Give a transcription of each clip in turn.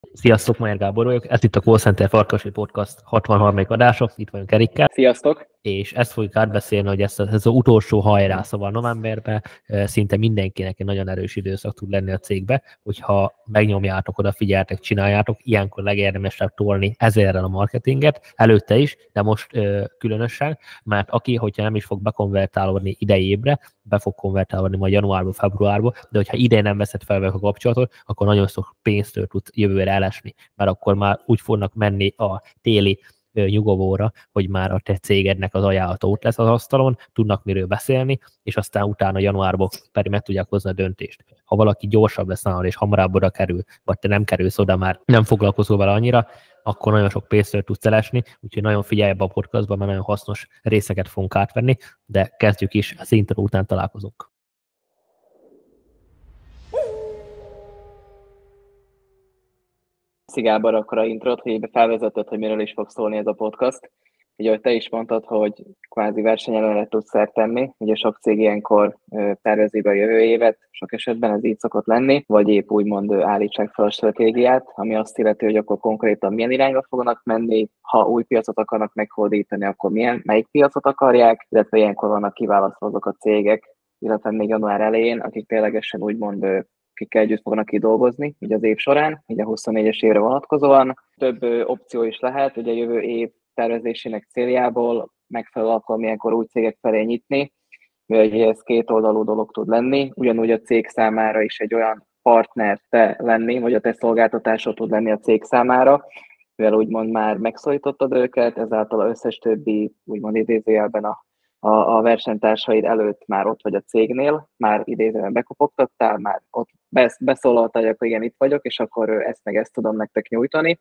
Sziasztok, Majer Gábor vagyok, ez itt a Call Center Farkasi Podcast 63. adása, itt vagyunk Erikkel. Sziasztok! És ezt fogjuk átbeszélni, hogy ez az utolsó hajrá, szóval novemberben szinte mindenkinek egy nagyon erős időszak tud lenni a cégbe, hogyha megnyomjátok, odafigyeltek, csináljátok, ilyenkor legérdemesebb tolni ezerrel a marketinget, előtte is, de most különösen, mert aki, hogyha nem is fog bekonvertálódni idei évre, be fog konvertálódni majd januárba, februárba, de hogyha idén nem veszed fel a kapcsolatot, akkor nagyon sok pénztől tud jövőre elesni, mert akkor már úgy fognak menni a téli nyugovóra, hogy már a te cégednek az ajánlata ott lesz az asztalon, tudnak miről beszélni, és aztán utána januárban pedig meg tudják hozni a döntést. Ha valaki gyorsabb lesz nálad, és hamarabb oda kerül, vagy te nem kerülsz oda, már nem foglalkozol vele annyira, akkor nagyon sok pénztől tudsz elesni, úgyhogy nagyon figyelj ebbe a podcastban, mert nagyon hasznos részeket fogunk átvenni, de kezdjük is, az intro után találkozunk. Gábor, akkor a introt, hogy felvezetted, hogy miről is fog szólni ez a podcast. Ugye, ahogy te is mondtad, hogy kvázi versenyelőre tudsz szert tenni. Ugye sok cég ilyenkor tervezi be a jövő évet, sok esetben ez így szokott lenni, vagy épp úgymond állítsák fel a stratégiát, ami azt illeti, hogy akkor konkrétan milyen irányba fognak menni, ha új piacot akarnak meghódítani, akkor melyik piacot akarják, illetve ilyenkor vannak kiválasztva azok a cégek, illetve még január elején, akik ténylegesen úgymond akikkel együtt fognak kidolgozni ugye az év során, ugye a 24-es évre vonatkozóan. Több opció is lehet, ugye a jövő év tervezésének céljából megfelelő alkalom ilyenkor új cégek felé nyitni, mivel ez kétoldalú dolog tud lenni, ugyanúgy a cég számára is egy olyan partner te lenni, vagy a te szolgáltatásod tud lenni a cég számára, mivel úgymond már megszólítottad őket, ezáltal az összes többi úgymond idézőjelben a versenytársaid előtt már ott vagy a cégnél, már idézően bekopogtattál, már ott beszólaltál, hogy akkor igen, itt vagyok, és akkor ezt meg ezt tudom nektek nyújtani,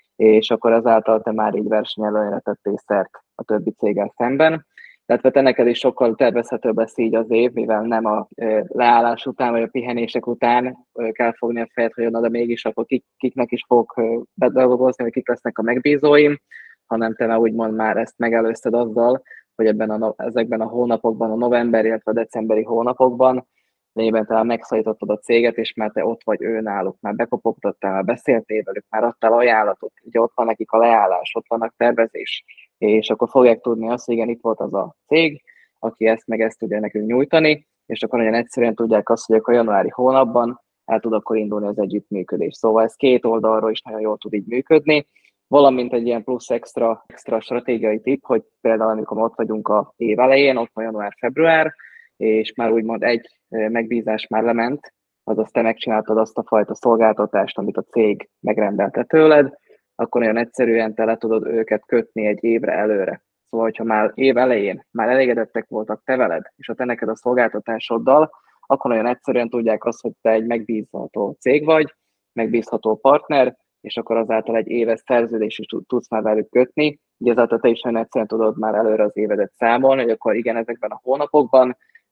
és akkor ezáltal te már így versenyelőnyre tettél szert a többi céggel szemben. Tehát te neked is sokkal tervezhetőbb lesz így az év, mivel nem a leállás után, vagy a pihenések után kell fogni a fejed, hogy de mégis akkor kiknek is fogok bedolgozni, vagy kik lesznek a megbízóim, hanem te már úgymond már ezt megelőzted azzal, hogy ezekben a hónapokban, a november, illetve a decemberi hónapokban lényegében te megszólítottad a céget, és már te ott vagy ő náluk, már bekopogtattál, már beszéltél velük, már adtál ajánlatot, ugye ott van nekik a leállás, ott vannak tervezés, és akkor fogják tudni azt, hogy igen, itt volt az a cég, aki ezt meg ezt tudja nekünk nyújtani, és akkor nagyon egyszerűen tudják azt, hogy akkor a januári hónapban el tud akkor indulni az együttműködés. Szóval ez két oldalról is nagyon jól tud így működni, valamint egy ilyen plusz extra stratégiai tipp, hogy például amikor ott vagyunk a év elején, ott van január-február, és már úgymond egy megbízás már lement, azaz te megcsináltad azt a fajta szolgáltatást, amit a cég megrendelte tőled, akkor nagyon egyszerűen te le tudod őket kötni egy évre előre. Szóval, hogyha már év elején már elégedettek voltak te veled, és a te neked a szolgáltatásoddal, akkor nagyon egyszerűen tudják azt, hogy te egy megbízható cég vagy, megbízható partner, és akkor azáltal egy éves szerződést is tudsz már velük kötni, így ezáltal te is nagyon egyszerűen tudod már előre az évedet számolni, hogy akkor igen, ezekben a hónapokban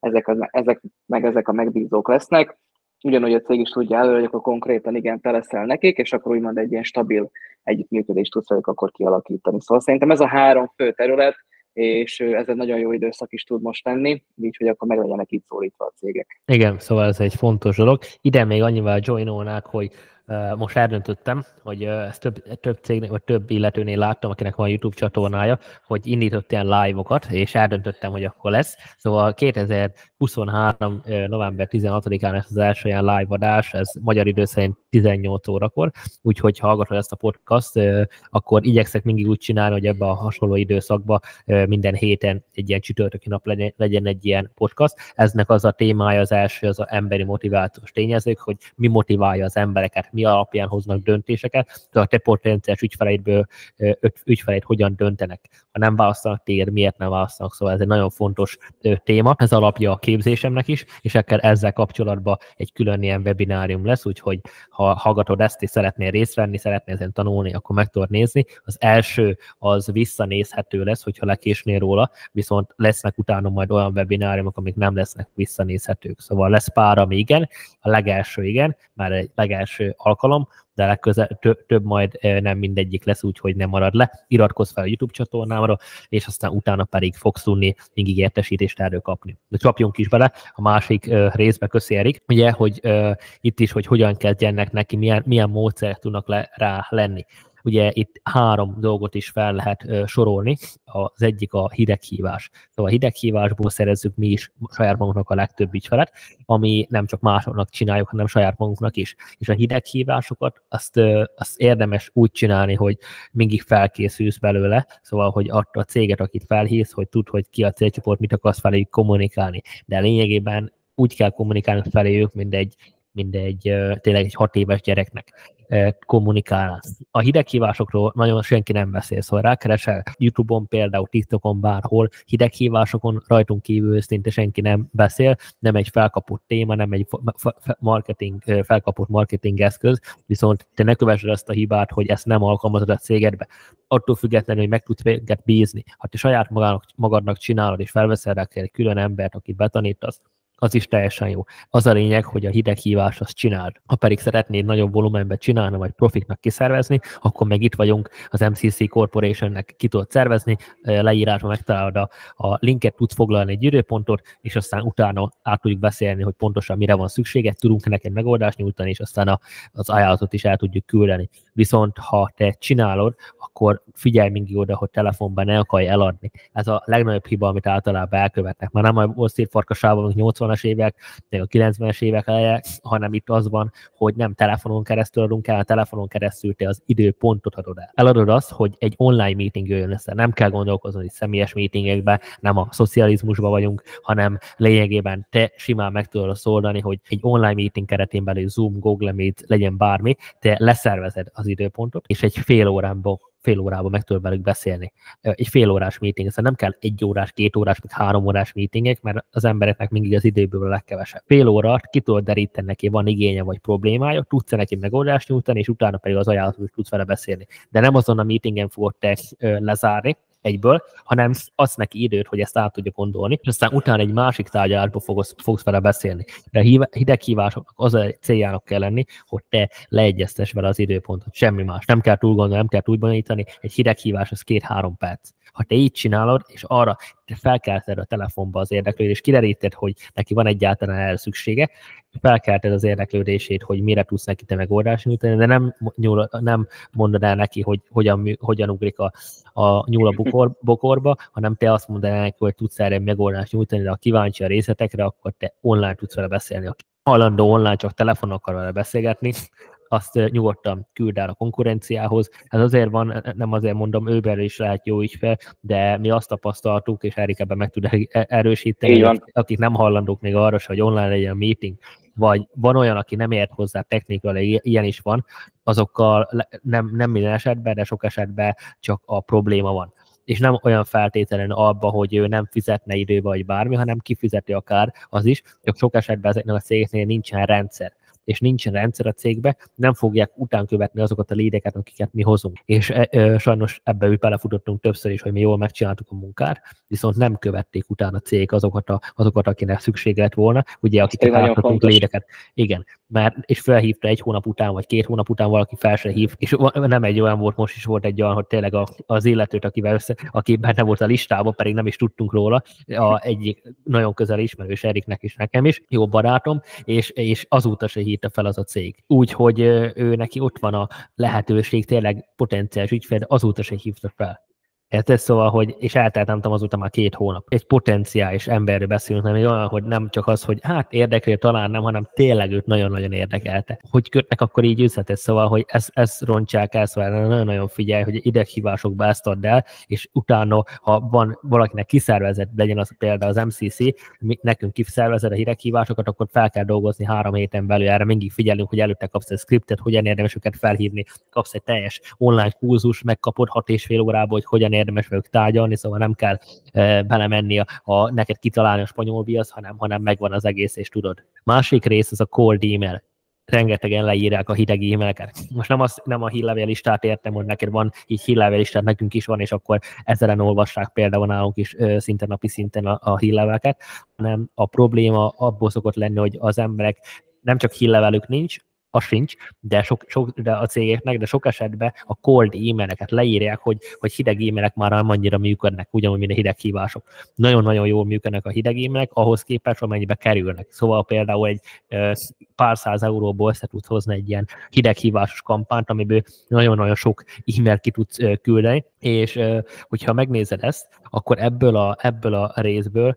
ezek a megbízók lesznek, ugyanúgy a cég is tudja előre, hogy akkor konkrétan igen, te leszel nekik, és akkor úgymond egy ilyen stabil együttműködést tudsz velük akkor kialakítani. Szóval szerintem ez a három fő terület, és ez egy nagyon jó időszak is tud most lenni, így hogy akkor meg legyenek itt szólítva a cégek. Igen, szóval ez egy fontos dolog. Ide még annyival joinolnák, hogy most eldöntöttem, hogy ezt több cégnek, vagy több illetőnél láttam, akinek van YouTube csatornája, hogy indított ilyen live-okat, és eldöntöttem, hogy akkor lesz. Szóval 2023. november 16-án lesz az első ilyen live adás, ez magyar idő szerint 18 órakor, úgyhogy ha hallgatod ezt a podcast, akkor igyekszek mindig úgy csinálni, hogy ebben a hasonló időszakban minden héten egy ilyen csütörtöki nap legyen egy ilyen podcast. Eznek az a témája az első, az emberi motivációs tényezők, hogy mi motiválja az embereket, mi alapján hoznak döntéseket, de a te potenciális ügyfeleid hogyan döntenek. Ha nem választanak téged, miért nem választanak, szóval ez egy nagyon fontos téma, ez alapja a képzésemnek is, és ezzel kapcsolatban egy külön ilyen webinárium lesz, úgyhogy ha hallgatod ezt, és szeretnél részt venni, szeretnél ezen tanulni, akkor meg tudod nézni. Az első az visszanézhető lesz, hogyha lekésnél róla, viszont lesznek utána majd olyan webináriumok, amik nem lesznek visszanézhetők. Szóval lesz pár, ami igen, a legelső igen, már egy legelső alkalom, de legközelebb több majd nem mindegyik lesz, úgyhogy nem marad le. Iratkozz fel a YouTube csatornámra, és aztán utána pedig fogsz tudni mindig értesítést erről kapni. De csapjunk is bele a másik részbe, köszi Erik, ugye, hogy itt is, hogy hogyan kezdjenek neki, milyen módszerek tudnak rá lenni. Ugye itt 3 dolgot is fel lehet sorolni, az egyik a hideghívás. Szóval a hideghívásból szerezzük mi is saját magunknak a legtöbb ügyfelet, ami nem csak másoknak csináljuk, hanem saját magunknak is. És a hideghívásokat azt érdemes úgy csinálni, hogy mindig felkészülsz belőle, szóval, hogy a céget, akit felhívsz, hogy tudd, hogy ki a célcsoport, mit akarsz feléjük kommunikálni. De lényegében úgy kell kommunikálni feléjük, mint egy tényleg egy 6 éves gyereknek kommunikálni. A hideghívásokról nagyon senki nem beszél, szóval rákeresel YouTube-on, például TikTokon, bárhol, hideghívásokon rajtunk kívül szinte senki nem beszél, nem egy felkapott téma, nem egy felkapott marketing eszköz, viszont te ne kövessd azt a hibát, hogy ezt nem alkalmazod a cégedbe. Attól függetlenül, hogy meg tudsz őket bízni. Ha te saját magadnak csinálod, és felveszel rá egy külön embert, akit betanítasz, az is teljesen jó. Az a lényeg, hogy a hideghívás azt csináld. Ha pedig szeretnéd nagyobb volumenben csinálni, vagy profitnak kiszervezni, akkor meg itt vagyunk, az MCC Corporationnek ki tudod szervezni, leírásban megtalálod a linket, tudsz foglalni egy időpontot, és aztán utána át tudjuk beszélni, hogy pontosan mire van szüksége, tudunk neked megoldást nyújtani, és aztán az ajánlatot is el tudjuk küldeni. Viszont ha te csinálod, akkor figyelj mindig oda, hogy telefonban ne akarj eladni. Ez a legnagyobb hiba, amit általában elkövetnek. Már nem a Wall Street farkasában 80-as évek, de a 90-es évek eleje, hanem itt az van, hogy nem telefonon keresztül adunk el, a telefonon keresztül te az időpontot adod el. Eladod azt, hogy egy online meeting jöjjön össze. Nem kell gondolkozni, hogy személyes meetingekben, nem a szocializmusban vagyunk, hanem lényegében te simán meg tudod azt oldani, hogy egy online meeting keretén belül Zoom, Google Meet, legyen bármi, te leszervezed az időpontot, és egy fél órában meg tudod velük beszélni. Egy fél órás meeting, szóval nem kell 1 órás, 2 órás, meg 3 órás meetingek, mert az embereknek mindig az időből a legkevesebb. Fél óra ki tudod deríteni neki, van igénye vagy problémája, tudsz neki megoldást nyújtani, és utána pedig az ajánlatot is tudsz vele beszélni. De nem azon a meetingen fogod te lezárni egyből, hanem adsz neki időt, hogy ezt át tudja gondolni, és aztán utána egy másik tárgyalásból fogsz vele beszélni. De a hideghívásoknak az a céljának kell lenni, hogy te leegyeztess vele az időpontot, semmi más. Nem kell túl gondolni, nem kell túl bonyolítani, egy hideghívás az 2-3 perc. Ha te így csinálod, és arra te felkelted a telefonba az érdeklődést, kideríted, hogy neki van egyáltalán erre szüksége, felkelted az érdeklődését, hogy mire tudsz neki te megoldást nyújtani, de nem mondod el neki, hogy hogyan ugrik a nyúl a bokorba, hanem te azt mondod el neki, hogy tudsz erre megoldást nyújtani, de ha kíváncsi a részletekre, akkor te online tudsz vele beszélni. Aki hajlandó online csak telefonon akar vele beszélgetni, azt nyugodtan küld el a konkurenciához. Ez azért van, nem azért mondom, Uber is lehet jó ügyfél, de mi azt tapasztaltuk, és Erik ebben meg tud erősíteni, akik nem hajlandók még arra, hogy online legyen a meeting, vagy van olyan, aki nem ért hozzá technikailag, ilyen is van, azokkal nem minden esetben, de sok esetben csak a probléma van. És nem olyan feltételen abba, hogy ő nem fizetne időbe, vagy bármi, hanem kifizeti akár az is, csak sok esetben ezeknek a cégeknél nincsen rendszer. És nincsen rendszer a cégbe, nem fogják utánkövetni azokat a lédeket, akiket mi hozunk. És sajnos ebbe belefutottunk többször is, hogy mi jól megcsináltuk a munkát, viszont nem követték utána a cég azokat, akinek szükség lett volna, ugye akiket átadtunk lédeket. Igen, és felhívta 1 hónap után, vagy 2 hónap után valaki fel se hív, és nem egy olyan volt, most is volt egy olyan, hogy tényleg az illetőt, aki benne volt a listában, pedig nem is tudtunk róla, egyik nagyon közel ismerős Eriknek is, nekem is, jó barátom, és azóta se hívta fel az a cég. Úgyhogy ő neki ott van a lehetőség, tényleg potenciális ügyfél, azóta se hívta fel. Ez szóval, és eltelt nem tudom, azóta már 2 hónap. Egy potenciális emberről beszélünk, nem olyan, hogy nem csak az, hogy hát érdekli, talán nem, hanem tényleg őt nagyon-nagyon érdekelte. Hogy kötnek, akkor így üzletes, szóval, hogy ezt rontsák el, szóval nagyon-nagyon figyelj, hogy ideghívásokba ezt add el, és utána, ha van valakinek kiszervezett, legyen az például az MCC, nekünk kiszervezett a hideghívásokat, akkor fel kell dolgozni 3 héten belül, erre mindig figyelünk, hogy előtte kapsz egy scriptet, hogyan érdemes őket felhívni, kapsz egy teljes online kurzus, megkapod 6,5 órába, hogy hogyan érdemes velük tárgyalni, szóval nem kell belemenni neked kitalálni a spanyol viasz, hanem megvan az egész, és tudod. Másik rész az a cold email. Rengetegen leírják a hideg e-maileket. Most nem a hírlevélistát értem, hogy neked van így hírlevélistát, nekünk is van, és akkor ezeren olvassák például nálunk is szinte napi szinten a hírleveleket, hanem a probléma abból szokott lenni, hogy az emberek nem csak hírlevelük nincs, az sincs, de a cégeknek, de sok esetben a cold e-maileket leírják, hogy hideg e-mailek már nem annyira működnek, ugyanúgy, mint a hideghívások. Nagyon-nagyon jól működnek a hideg e-mailek, ahhoz képest, amennyibe kerülnek. Szóval például egy pár száz euróból össze tudsz hozni egy ilyen hideghívásos kampányt, amiből nagyon-nagyon sok e-mail ki tudsz küldeni, és hogyha megnézed ezt, akkor ebből a részből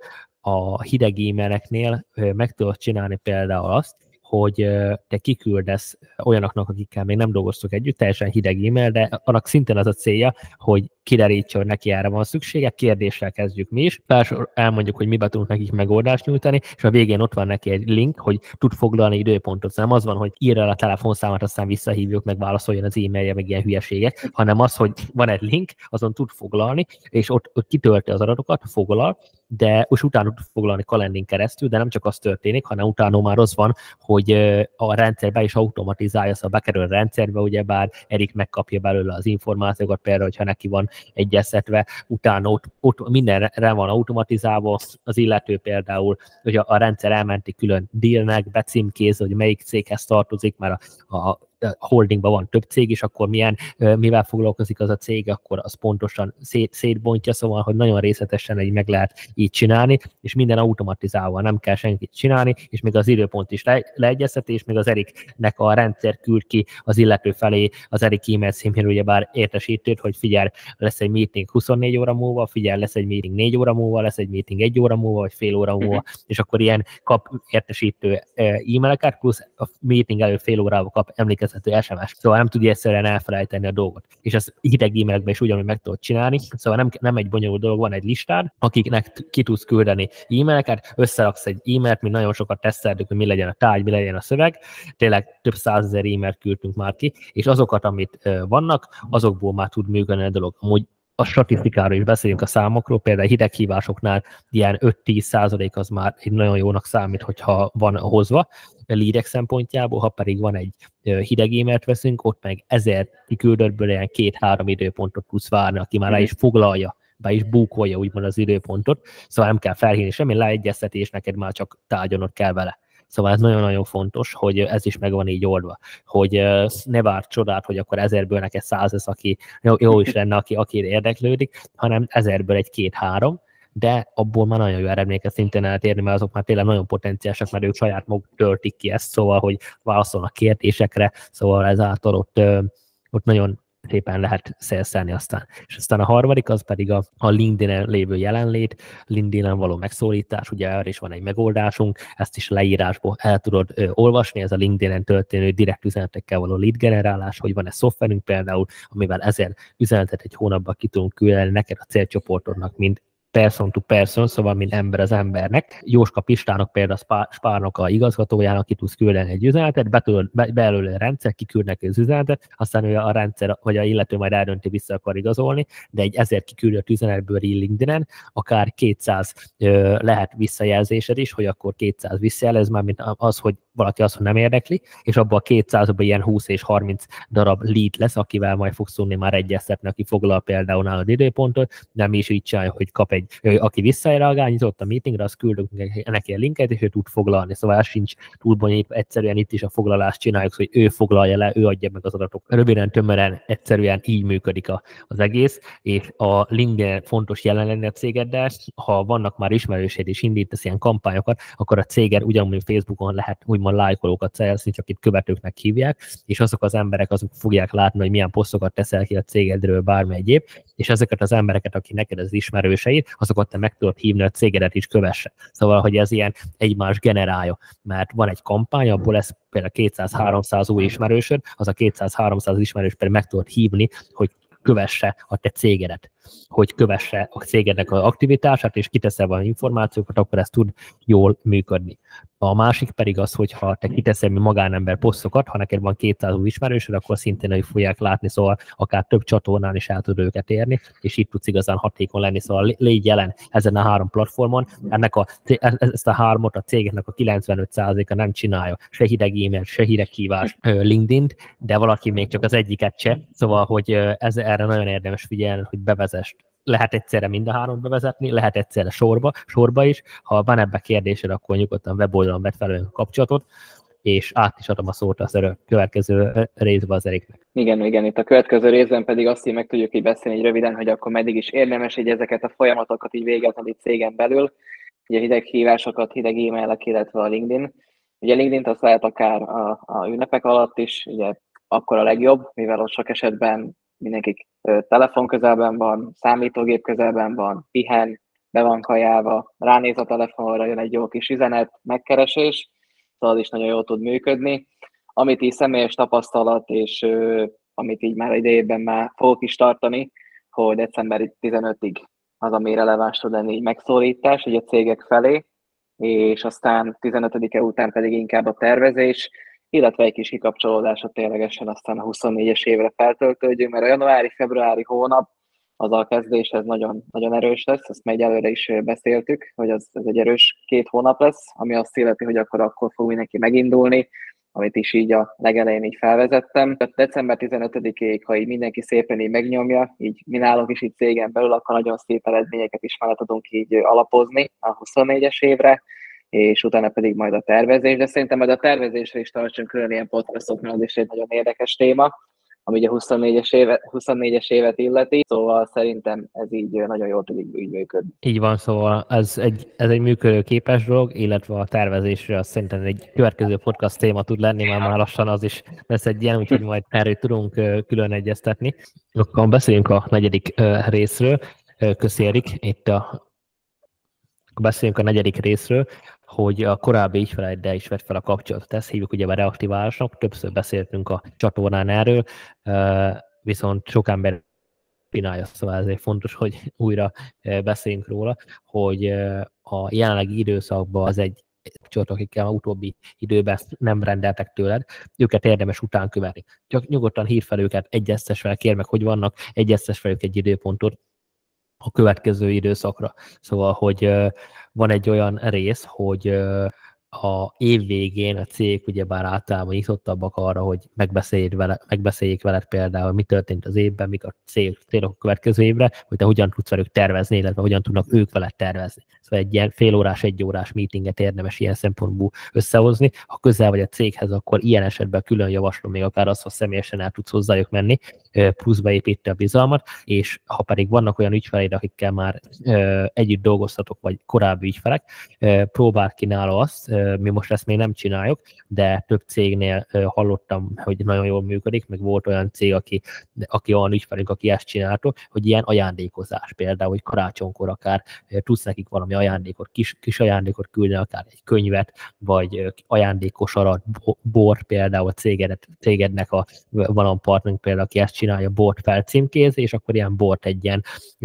a hideg e-maileknél meg tudod csinálni például azt, hogy te kiküldesz olyanoknak, akikkel még nem dolgoztok együtt, teljesen hideg e-mail, de annak szintén az a célja, hogy kiderítse, hogy neki erre van szüksége, kérdéssel kezdjük mi is, elmondjuk, hogy mibe tudunk nekik megoldást nyújtani, és a végén ott van neki egy link, hogy tud foglalni időpontot. Nem az van, hogy írja el a telefonszámát, aztán visszahívjuk, meg válaszoljon az e-mailje, meg ilyen hülyeségek, hanem az, hogy van egy link, azon tud foglalni, és ott kitölti az adatokat, foglal, de és utána tud foglalni kalendin keresztül, de nem csak az történik, hanem utána már az van, hogy a rendszerbe is automatizálja, szóval bekerül a rendszerbe, ugyebár Erik megkapja belőle az információkat, például, hogyha neki van egyeztetve, utána ott mindenre van automatizálva, az illető például, hogy a rendszer elmenti külön dealnek, becímkéz, hogy melyik céghez tartozik, mert a holdingban van több cég is, akkor mivel foglalkozik az a cég, akkor az pontosan szétbontja, szóval, hogy nagyon részletesen így meg lehet így csinálni, és minden automatizálva, nem kell senkit csinálni, és még az időpont is leegyeztetés, még az Eriknek a rendszer küld ki az illető felé az Erik e-mail címén, ugyebár értesítőt, hogy figyelj, lesz egy meeting 24 óra múlva, figyelj, lesz egy meeting 4 óra múlva, lesz egy meeting 1 óra múlva, vagy fél óra múlva, és akkor ilyen kap értesítő e-maileket, plusz a meeting előtt fél órával kap emlékeztető SMS. Szóval nem tudja egyszerűen elfelejteni a dolgot. És ezt hideg e-mailekben is ugyanúgy meg tudod csinálni. Szóval nem egy bonyolult dolog, van egy listád, akiknek ki tudsz küldeni e-maileket, összeraksz egy e-mailt, mi nagyon sokat teszteltük, hogy mi legyen a tárgy, mi legyen a szöveg. Tényleg több százezer e-mailt küldtünk már ki, és azokat, amit vannak, azokból már tud működni a dolog. Amúgy a statisztikáról is beszélünk a számokról, például hideghívásoknál ilyen 5-10% az már egy nagyon jónak számít, hogyha van hozva leadek szempontjából, ha pedig van egy hideg e-mailt veszünk, ott meg 1000 kiküldöttből ilyen 2-3 időpontot tudsz várni, aki már le is foglalja, be is búkolja úgymond az időpontot, szóval nem kell felhívni semmi leegyeztetés, neked már csak tárgyalnod kell vele. Szóval ez nagyon-nagyon fontos, hogy ez is meg van így oldva, hogy ne várj csodát, hogy akkor 1000-ből neked 100 lesz, aki jó is lenne, aki érdeklődik, hanem 1000-ből egy 2-3, de abból már nagyon jó eredményeket szintén lehet érni, mert azok már tényleg nagyon potenciálisak, mert ők saját maguk töltik ki ezt, szóval, hogy válaszolnak kérdésekre, szóval ezáltal ott nagyon szépen lehet szélszelni aztán. És aztán a harmadik, az pedig a LinkedIn-en lévő jelenlét, LinkedIn-en való megszólítás, ugye erre is van egy megoldásunk, ezt is leírásból el tudod olvasni, ez a LinkedIn-en történő direkt üzenetekkel való lead generálás, hogy van egy szoftverünk például, amivel 1000 üzenetet egy hónapban ki tudunk küldeni neked a célcsoportodnak, mint person to person, szóval mint ember az embernek. Jóska Pistának például a Spárnak a igazgatójának ki tudsz küldeni egy üzenetet, belőle a rendszer, kiküld neki az üzenetet, aztán ő a rendszer, vagy a illető majd eldönti, vissza akar igazolni, de egy 1000 kiküldött üzenetből LinkedIn-en akár 200 lehet visszajelzésed is, hogy akkor 200 visszajelez, már mint az, hogy valaki azt, hogy nem érdekli, és abban a 200-ban ilyen 20 és 30 darab lead lesz, akivel majd fogsz tudni már egyeztetni, aki foglal például nálad időpontot, nem is így csinálja, hogy kap aki visszareagál, nyitott a meetingre, azt küldünk neki a linket, és ő tud foglalni. Szóval ez sincs túl bonyolítva, egyszerűen itt is a foglalást csináljuk, hogy ő foglalja le, ő adja meg az adatokat. Röviden, tömören, egyszerűen így működik az egész, és a LinkedIn fontos jelen lenni a cégeddel, ha vannak már ismerőség és indítasz ilyen kampányokat, akkor a céged ugyanúgy Facebookon lehet úgymond lájkolókat szerezni, csak itt követőknek hívják, és azok az emberek azok fogják látni, hogy milyen posztokat teszel ki a cégedről, bármi egyéb, és ezeket az embereket, akik neked az ismerőseid, azokat te meg tudod hívni, a cégedet is kövesse. Szóval, hogy ez ilyen egymás generálja, mert van egy kampány, abból lesz például 200-300 új ismerősöd, az a 200-300 ismerős pedig meg tudod hívni, hogy kövesse a te cégedet, hogy kövesse a cégednek az aktivitását, és kiteszel valami információkat, akkor ez tud jól működni. A másik pedig az, hogy ha te kiteszel magánember posztokat, ha neked van 200 új ismerősöd, akkor szintén ők fogják látni, szóval akár több csatornán is el tud őket érni, és itt tudsz igazán hatékony lenni, szóval légy jelen ezen a 3 platformon. Ezt a 3-ot a cégeknek a 95%-a nem csinálja, se hideg e-mail, se hideghívás LinkedIn-t, de valaki még csak az egyiket se, szóval, hogy erre nagyon érdemes figyelni, hogy bevezess. Lehet egyszerre mind a 3-ot bevezetni, lehet egyszerre sorba is. Ha van ebbe kérdésed, akkor nyugodtan weboldalon vedd fel a kapcsolatot, és át is adom a szót az következő részbe az Eriknek. Igen, itt a következő részben pedig azt így meg tudjuk így beszélni így röviden, hogy akkor meddig is érdemes így ezeket a folyamatokat így végezni cégen belül, ugye hideg hívásokat, hideg e-mailek, illetve a LinkedIn. Ugye LinkedIn-t azt lehet akár a ünnepek alatt is, ugye akkor a legjobb, mivel ott sok esetben mindenki telefon közelben van, számítógép közelben van, pihen, be van kajálva, ránéz a telefonra, jön egy jó kis üzenet, megkeresés, szóval az is nagyon jól tud működni. Amit így személyes tapasztalat, és amit így már idejében már fogok is tartani, hogy december 15-ig az, ami releváns tud lenni így megszólítás így a cégek felé, és aztán 15-e után pedig inkább a tervezés, illetve egy kis kikapcsolódásra ténylegesen aztán a 24-es évre feltöltődjünk, mert a januári-februári hónap az a kezdéshez nagyon, nagyon erős lesz, ezt még előre is beszéltük, hogy ez egy erős 2 hónap lesz, ami azt illeti, hogy akkor fog mindenki megindulni, amit is így a legelején így felvezettem. December 15-ig, ha így mindenki szépen így megnyomja, így mi nálunk is így cégen belül, akkor nagyon szép eredményeket is már tudunk így alapozni a 24-es évre, és utána pedig majd a tervezés, de szerintem majd a tervezésre is tartsunk külön ilyen podcastot, mert az is egy nagyon érdekes téma, ami a 24-es évet illeti, szóval szerintem ez így nagyon jól tud így működni. Így van, szóval ez egy működőképes dolog, illetve a tervezésre azt szerintem egy következő podcast téma tud lenni, már lassan az is lesz egy ilyen, úgyhogy majd erről tudunk külön egyeztetni. Akkor beszéljünk a 4. részről. Köszi, Erik. Beszéljünk a 4. részről, hogy a korábbi ügyfeleiddel is vett fel a kapcsolatot. Ezt hívjuk ugye a reaktiválásnak, többször beszéltünk a csatornán erről, viszont sok ember csinálja, szóval ezért fontos, hogy újra beszéljünk róla, hogy a jelenlegi időszakban az egy kapcsolat, akikkel a utóbbi időben nem rendeltek tőled, őket érdemes után követni. Csak nyugodtan hív fel őket, egyeztes fel, kér meg, hogy vannak, egyeztes fel ők egy időpontot a következő időszakra. Szóval, hogy van egy olyan rész, hogy a év végén a cég ugyebár általában nyitottabbak arra, hogy megbeszéljék veled például, mi történt az évben, mik a célok a következő évre, hogy te hogyan tudsz velük tervezni, illetve hogyan tudnak ők veled tervezni. Szóval egy ilyen félórás, egyórás meetinget érdemes ilyen szempontból összehozni. Ha közel vagy a céghez, akkor ilyen esetben külön javaslom még akár azt, hogy személyesen el tudsz hozzájuk menni, pluszba építi a bizalmat, és ha pedig vannak olyan ügyfeleid, akikkel már együtt dolgoztatok, vagy korábbi ügyfelek, próbál ki nála azt, mi most ezt még nem csináljuk, de több cégnél hallottam, hogy nagyon jól működik, meg volt olyan cég, aki olyan ügyfelünk, aki ezt csinálta, hogy ilyen ajándékozás például, hogy karácsonykor akár tudsz nekik valami ajándékot, kis ajándékot küldeni, akár egy könyvet, vagy ajándékosarat, bort például a cégednek van a partnerünk például, aki ezt csinálja, bort felcímkéz, és akkor ilyen bort egy ilyen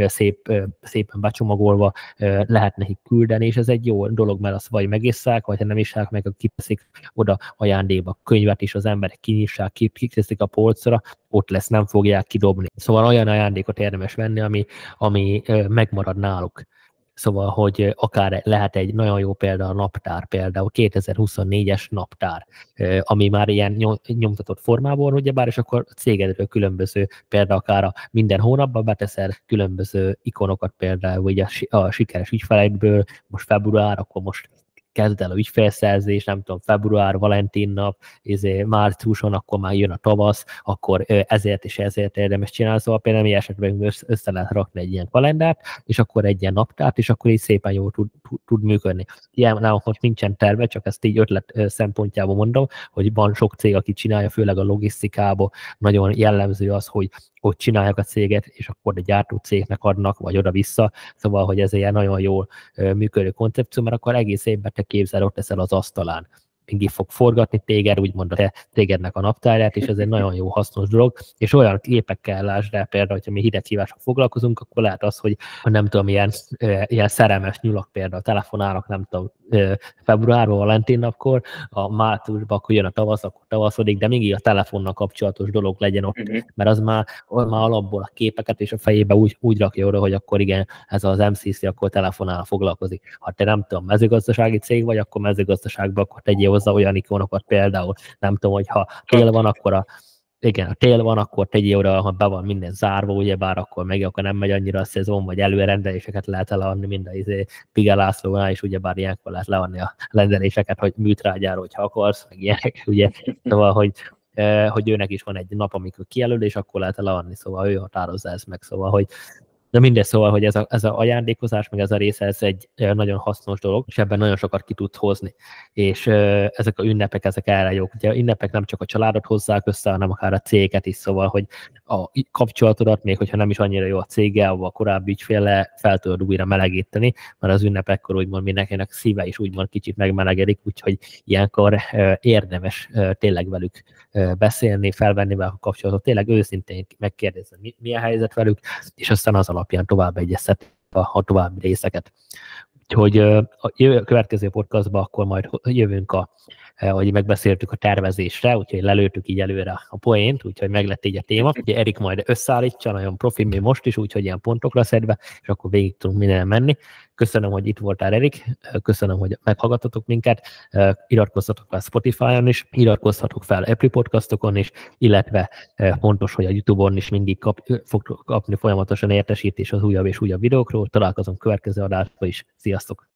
szépen becsomagolva lehet nekik küldeni, és ez egy jó dolog, mert azt vagy megisszák, vagy ha nem isszák meg, akkor kiteszik oda ajándékba könyvet, és az emberek kinyissák, kiteszik a polcra, ott lesz, nem fogják kidobni. Szóval olyan ajándékot érdemes venni, ami megmarad náluk. Szóval, hogy akár lehet egy nagyon jó példa a naptár, például 2024-es naptár, ami már ilyen nyomtatott formában, ugyebár, és akkor a cégedről különböző, például akár minden hónapban beteszel különböző ikonokat, például ugye a sikeres ügyfeleidből, most február, akkor most kezd el a ügyfélszerzés, nem tudom, február, Valentin nap, márciuson, akkor már jön a tavasz, akkor ezért és ezért érdemes csinálni, szóval például mi esetben össze lehet rakni egy ilyen kalendárt, és akkor egy ilyen naptárt, és akkor így szépen jól tud működni. Ilyen nálunk most nincsen terve, csak ezt így ötlet szempontjából mondom, hogy van sok cég, aki csinálja, főleg a logisztikából, nagyon jellemző az, hogy ott csinálják a céget, és akkor a gyártó cégnek adnak, vagy oda-vissza, szóval, hogy ez egy nagyon jól működő koncepció, mert akkor egész évben te képzel, ott leszel az asztalán. Mindig fog forgatni téged, úgymond a tégednek a naptárját, és ez egy nagyon jó hasznos dolog, és olyan képekkel lásd el, például, hogyha mi hideghívással foglalkozunk, akkor lehet az, hogy nem tudom, ilyen szerelmes nyulak például telefonálnak, nem tudom, februárban, Valentin napkor, a márciusban, akkor jön a tavasz, akkor tavaszodik, de mindig a telefonnal kapcsolatos dolog legyen ott, mert az már alapból a képeket és a fejébe úgy rakja oda, hogy akkor igen, ez az MCC akkor telefonál foglalkozik. Ha te nem tudom, mezőgazdasági cég vagy, akkor mezőgazdaságban, akkor tegyél hozzá olyan ikonokat például, nem tudom, hogy ha tél van, akkor igen, a tél van, akkor tegyél oda, ha be van minden zárva, ugyebár akkor meg akkor nem megy annyira a szezon, vagy előrendeléseket lehet leadni, mind a Pige Lászlónál, és ugyebár ilyenkor lehet leadni a rendeléseket, hogy műtrágyáról, hogyha akarsz, meg ilyenek, ugye, szóval, hogy őnek is van egy nap, amikor kijelöl, és akkor lehet leadni, szóval ő határozza ezt meg, szóval, hogy de mindegy, szóval, hogy ez a ajándékozás, meg ez a része, ez egy nagyon hasznos dolog, és ebben nagyon sokat ki tudsz hozni. És ezek a ünnepek, ezek erre jók. Ugye ünnepek nem csak a családot hozzák össze, hanem akár a céget is, szóval, hogy a kapcsolatodat, még hogyha nem is annyira jó a céggel, vagy a korábbi ügyféllel fel tudod újra melegíteni, mert az ünnepekkor úgymond mindenkinek szíve is úgymond kicsit megmelegedik, úgyhogy ilyenkor érdemes tényleg velük beszélni, felvenni velük a kapcsolatot, tényleg őszintén megkérdezni, mi a helyzet velük, és aztán az alapján tovább egyeztet a további részeket. Úgyhogy a következő podcastban akkor majd jövünk ahogy megbeszéltük a tervezésre, úgyhogy lelőttük így előre a poént, úgyhogy meglett így a téma. Ugye Erik majd összeállítja, nagyon profi, még most is, úgyhogy ilyen pontokra szedve, és akkor végig tudunk minden menni. Köszönöm, hogy itt voltál, Erik, köszönöm, hogy meghallgattatok minket, iratkozzatok fel Spotify-on is, iratkozzatok fel Apple podcastokon is, illetve fontos, hogy a YouTube-on is mindig fog kapni folyamatosan értesítés az újabb és újabb videókról. Találkozunk következő adásban is. Sziasztok!